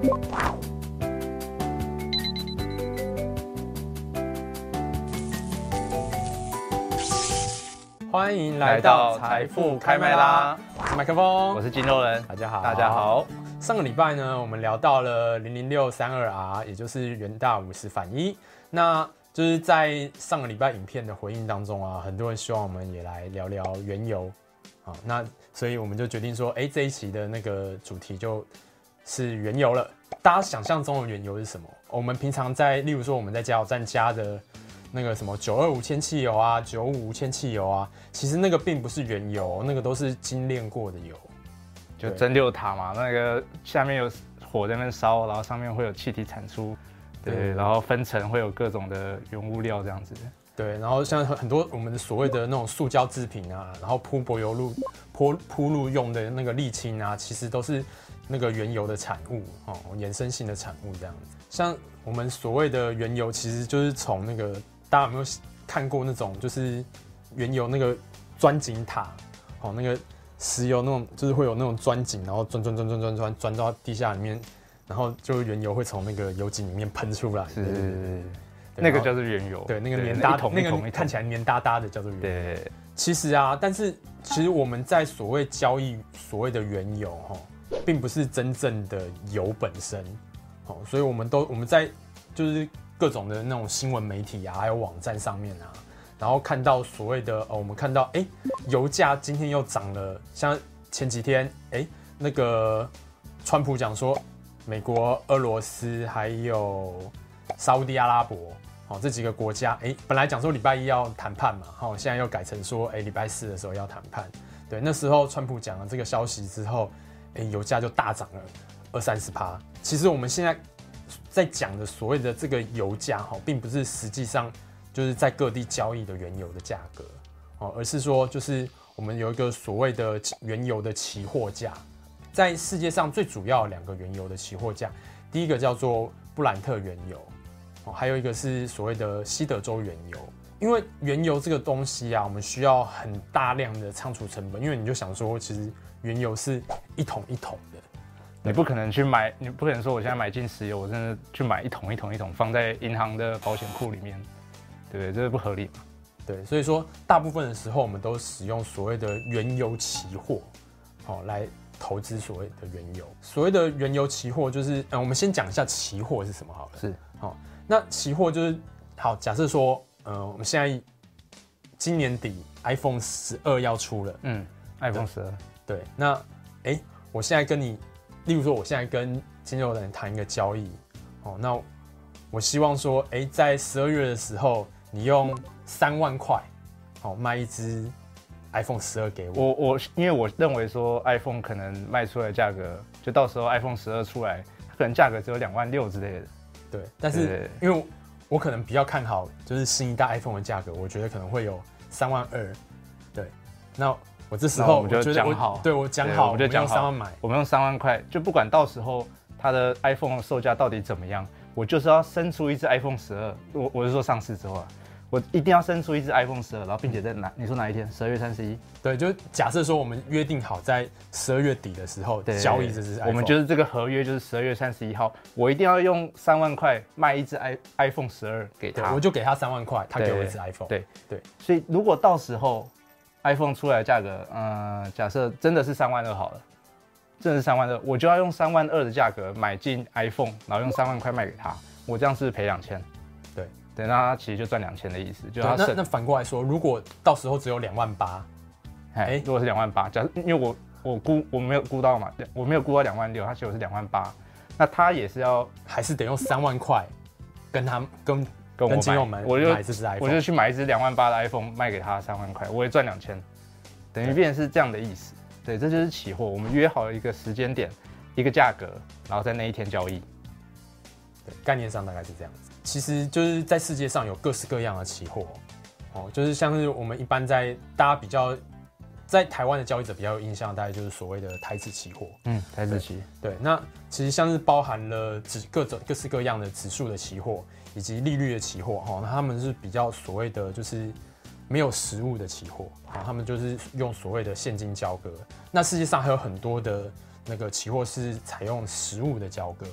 欢迎来到财富开麦啦！我是麦克风， 我是筋肉人， 大家好， 大家好。 上个礼拜呢，我们聊到了00632R， 也就是元大50反一。那就是在上个礼拜影片的回应当中啊，很多人希望我们也来聊聊原油啊。那所以我们就决定说，这一期的那个主题就是原油了。大家想象中的原油是什么？我们平常例如说我们在加油站加的那个什么925铅汽油啊、955铅汽油啊，其实那个并不是原油，那个都是精炼过的油。 就蒸馏塔嘛，那个下面有火在那边烧，然后上面会有气体产出，对，然后分层会有各种的原物料这样子。 对，然后像很多我们所谓的那种塑胶制品啊，然后铺柏油路、铺路用的那个沥青啊，其实都是那个原油的产物哦，衍生性的产物这样子。像我们所谓的原油，其实就是从那个大家有没有看过那种就是原油那个钻井塔哦，那个石油那种就是会有那种钻井，然后钻到地下里面，然后就原油会从那个油井里面喷出来。 是，那个叫做原油。 对，那个黏哒，那个看起来黏哒哒的叫做原油。对，其实啊，但是其实我们在所谓交易所谓的原油并不是真正的油本身，所以我们在就是各种的那种新闻媒体啊，还有网站上面啊。然后看到所谓的我们看到油价今天又涨了，像前几天那个川普讲说，美国、俄罗斯还有沙烏地阿拉伯这几个国家本来讲说礼拜一要谈判嘛，现在又改成说礼拜四的时候要谈判。对，那时候川普讲了这个消息之后，油价就大涨了20-30%。其实我们现在在讲的所谓的这个油价并不是实际上就是在各地交易的原油的价格而是说就是我们有一个所谓的原油的期货价。在世界上最主要2个原油的期货价，第一个叫做布兰特原油，还有一个是所谓的西德州原油。因为原油这个东西啊，我们需要很大量的仓储成本，因为你就想说，其实原油是一桶一桶的， 你不可能去买，你不可能说我现在买进石油，我真的去买一桶一桶一桶放在银行的保险库里面，对不对？这是不合理嘛？ 对，所以说大部分的时候，我们都使用所谓的原油期货，来投资所谓的原油。所谓的原油期货就是，我们先讲一下期货是什么好了。 是， 那期货就是好，假设说，我们现在今年底 iPhone 12要出了 ，iPhone 12， 对，那我现在跟你，例如说我现在跟金融人谈一个交易，那我希望说，在12月的时候，你用3万块，卖一支 iPhone 12给我。 因为我认为说 iPhone 可能卖出来的价格，就到时候 iPhone 12出来，它可能价格只有2万6之类的。 对，但是因为我可能比较看好就是新一代 iPhone 的价格，我觉得可能会有3万2。对，那我这时候我就讲好， 对我讲好，我们用3万买， 我们用3万块，就不管到时候它的 iPhone 售价到底怎么样，我就是要生出一只 iPhone 12。我是说上市之后啊，我一定要生出一只 iPhone 12，然后并且在你说哪一天？12月31？ 对，就假设说我们约定好在12月底的时候交易这只 iPhone， 我们就是这个合约就是12月31号，我一定要用3万块卖一只 iPhone 12给他， 我就给他3万块，他给我一只 iPhone。对， 所以如果到时候 iPhone 出来的价格，假设真的是3万2好了，真的是3万2，我就要用3万2的价格买进 iPhone， 然后用3万块卖给他，我这样是赔2000。对，那他其实就赚2000的意思，就他那反过来说，如果到时候只有2万8， 如果是2万8，假设因为我没有估到嘛，我没有估到2万6，他其实是2万8，那他也是要还是得用3万块跟我金融买这只 iPhone， 我就去买一只2万8的 iPhone 卖给他3万块，我也赚2000，等于变成是这样的意思。对，这就是期货，我们约好了一个时间点，一个价格，然后在那一天交易。 对，概念上大概是这样子。其实就是在世界上有各式各样的期货，就是像是我们一般大家比较在台湾的交易者比较有印象，大概就是所谓的台指期货。 台指期。 对，那其实像是包含了各式各样的指数的期货，以及利率的期货，那他们是比较所谓的就是没有实物的期货，他们就是用所谓的现金交割。那世界上还有很多的那个期货是采用实物的交割。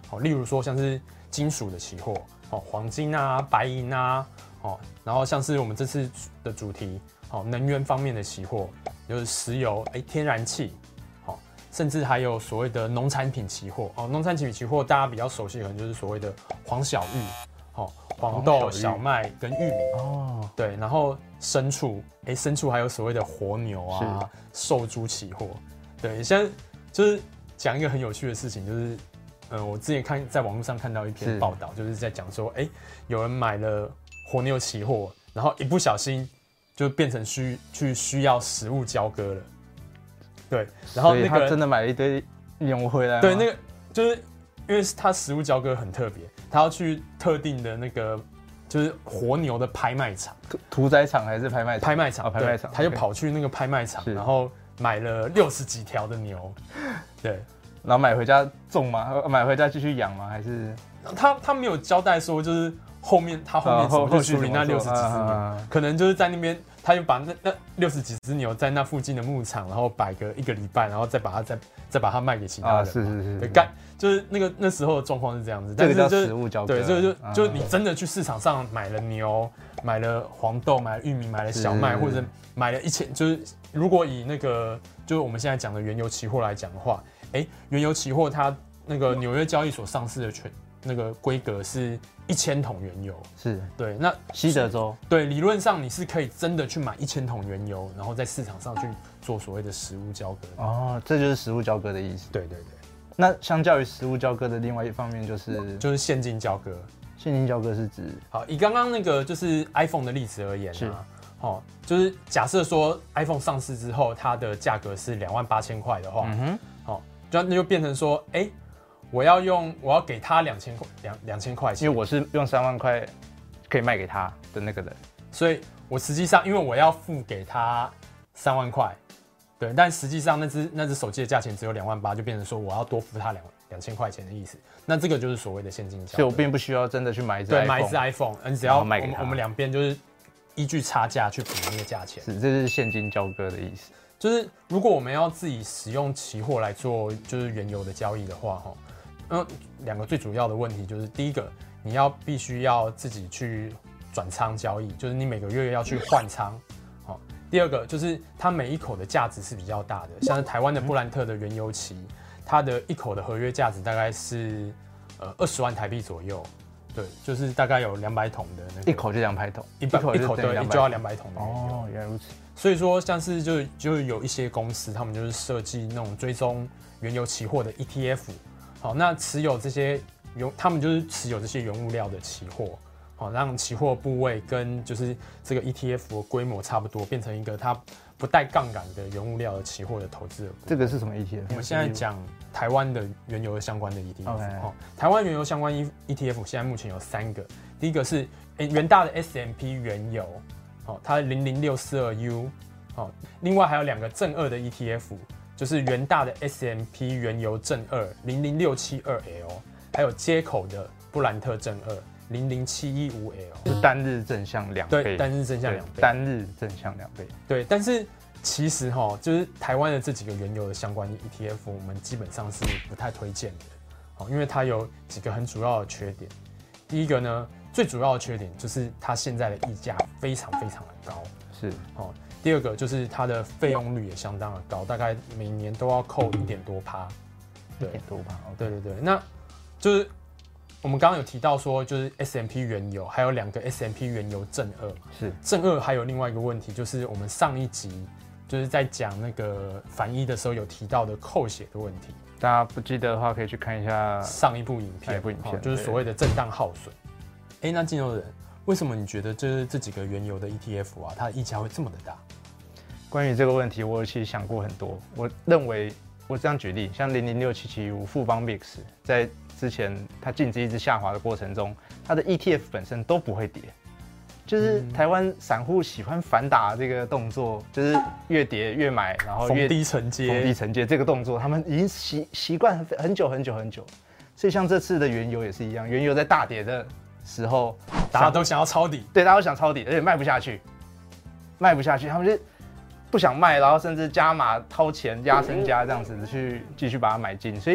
哦，例如说像是金属的期货，哦，黄金啊、白银啊，哦，然后像是我们这次的主题，哦，能源方面的期货，就是石油、天然气，哦，甚至还有所谓的农产品期货，哦，农产品期货大家比较熟悉，可能就是所谓的黄小玉，哦，黄豆、小麦跟玉米，哦，对，然后牲畜，牲畜还有所谓的活牛啊、瘦猪期货，对，现在就是讲一个很有趣的事情，就是。我之前在网络上看到一篇报道，就是在讲说，有人买了活牛期货，然后一不小心就变成需要食物交割了。对，然后他真的买了一堆牛回来。 对，那个就是因为他食物交割很特别，他要去特定的那个就是活牛的拍卖场， 屠宰场还是拍卖场？ 拍卖场， 拍卖场， 他就跑去那个拍卖场，然后买了60几条的牛，对。 然后买回家种吗？买回家继续养吗？还是他没有交代说，就是后面怎么去处理那60几只牛？可能就是在那边，他就把那60几只牛在那附近的牧场，然后摆1个礼拜，然后再把它卖给其他人。 是。 对，就是那时候的状况是这样子。 这个叫食物交割。 对，这个就是你真的去市场上买了牛，买了黄豆，买了玉米，买了小麦，或者买了1000，就是如果以那个就是我们现在讲的原油期货来讲的话。原油期货它那个纽约交易所上市的那个规格是1000桶原油， 是对。那西德州对，理论上你是可以真的去买1000桶原油，然后在市场上去做所谓的食物交割。 哦，这就是食物交割的意思。 对。 那相较于食物交割的另外一方面就是现金交割。 现金交割是指好，以刚刚那个就是 iPhone 的例子而言啊，就是假设说 iPhone 上市之后，它的价格是28000块的话，那就变成说，我要给他2000块钱， 因为我是用3万块可以卖给他的那个人， 所以我实际上因为我要付给他3万块，对，但实际上那只手机的价钱只有2万8，就变成说我要多付他2000块钱的意思。那这个就是所谓的现金交割， 所以我并不需要真的去买一只 iPhone， 对，买一只 iPhone， 你只要我们两边就是依据差价去补那个价钱， 这是现金交割的意思。 就是如果我们要自己使用期货来做就是原油的交易的话，2个最主要的问题就是第一个，你必须要自己去转仓交易，就是你每个月要去换仓。第二个就是它每一口的价值是比较大的，像是台湾的布兰特的原油期，它的一口的合约价值大概是20万台币左右。对，就是大概有200桶的那个， 一口就200桶， 一口对，就要200桶的原油。 哦，原来如此。 所以说，像是就有一些公司，他们就是设计那种追踪原油期货的 ETF， 好，那他们就是持有这些原物料的期货，好，让期货部位跟就是这个 ETF 的规模差不多，变成一个它不带杠杆的原物料的期货的投资额。 这个是什么 ETF？ 我们现在讲台湾的原油相关的 ETF，台湾原油相关 ETF 现在目前有3个，第一个是元大的 S&P 原油。它的00642U，另外还有2个正2的 ETF， 就是元大的 S&P 原油正2 00672L， 还有接口的布兰特正2 00715L， 是单日正向2倍， 对，单日正向2倍， 单日正向2倍， 对。但是其实就是台湾的这几个原油的相关 ETF， 我们基本上是不太推荐的，因为它有几个很主要的缺点。第一个呢，最主要的缺点就是它现在的溢价非常非常的高， 是第二个就是它的费用率也相当的高，大概每年都要扣1.多%， 对，1.多%， 对。那就是我们刚刚有提到说，就是 S&P 原油还有2个 S&P 原油正2， 是正2还有另外一个问题，就是我们上一集就是在讲那个反一的时候有提到的扣血的问题。 大家不记得的话，可以去看一下上一部影片，就是所谓的震荡耗损。那金牛人，为什么你觉得这几个原油的 ETF 啊，它的溢价会这么的大？ 关于这个问题，我其实想过很多。我认为，我这样举例，像006775富邦 VIX， 在之前它净值一直下滑的过程中，它的 ETF 本身都不会跌。就是台湾散户喜欢反打这个动作，就是越跌越买，然后逢低承接这个动作，他们已经习惯很久。所以像这次的原油也是一样，原油在大跌的时候， 大家都想要抄底， 对，大家都想抄底，而且卖不下去，他们就不想卖，然后甚至加码掏钱压身家这样子去继续把它买进，所以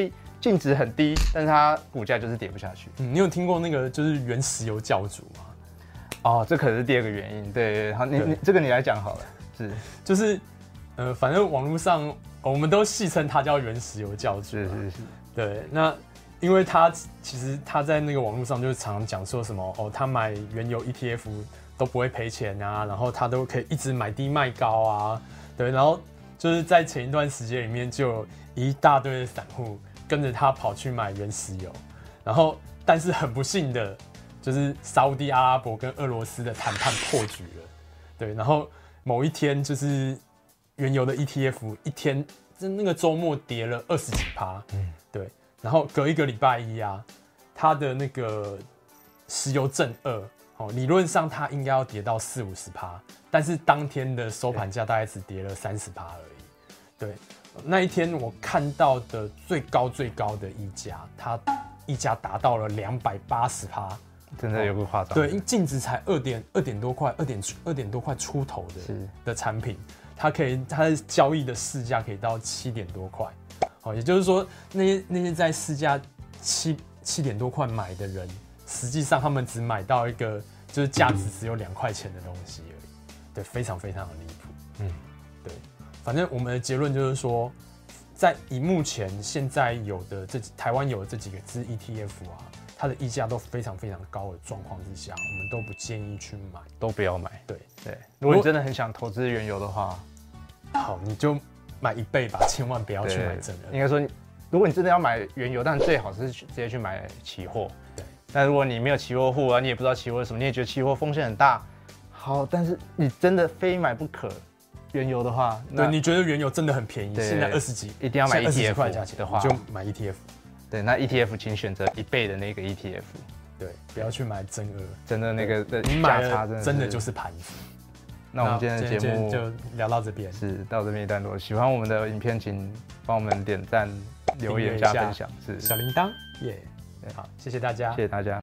净值很低，但是它股价就是跌不下去。 你有听过那个就是原石油教主吗？ 哦，这可能是第二个原因。对，好，你这个你来讲好了。是， 就是反正网络上我们都戏称他叫原石油教主。是。对，那因为其实他在那个网络上就是常常讲说什么他买原油 ETF 都不会赔钱啊，然后他都可以一直买低卖高啊。对，然后就是在前一段时间里面就有一大堆的散户跟着他跑去买原石油，然后但是很不幸的就是沙烏地阿拉伯跟俄罗斯的谈判破局了。对，然后某一天就是原油的 ETF 一天那个周末跌了20几%。对，然后隔一个礼拜一啊，它的那个石油正2理论上它应该要跌到40-50%，但是当天的收盘价大概只跌了30%而已。对，那一天我看到的最高的溢价，它溢价达到了280%， 真的有个夸张。 对，净值才2点多块，2点多块出头的产品，它的交易的市价可以到7点多块。也就是说，那些在市价7点多块买的人，实际上他们只买到一个就是价值只有2块钱的东西而已。对，非常的离谱。对，反正我们的结论就是说，在以目前现在台湾有的这几个支 ETF 啊，它的溢价都非常高的状况之下，我们都不建议去买， 都不要买。 对， 如果你真的很想投资原油的话， 好，你就买1倍吧，千万不要去买正2。 应该说，如果你真的要买原油，但最好是直接去买期货。 对， 但如果你没有期货户啊，你也不知道期货是什么，你也觉得期货风险很大，好，但是你真的非买不可原油的话， 对，你觉得原油真的很便宜，现在20几， 一定要买 ETF 块价钱的话，就买 ETF。 对，那 ETF 请选择1倍的那个 ETF。 对，不要去买正2， 真的那个你买了真的就是盘子。 那我们今天的节目就聊到这边， 是到这边一段落。喜欢我们的影片，请帮我们点赞、留言、加分享，是小铃铛耶。好，谢谢大家， 谢谢大家。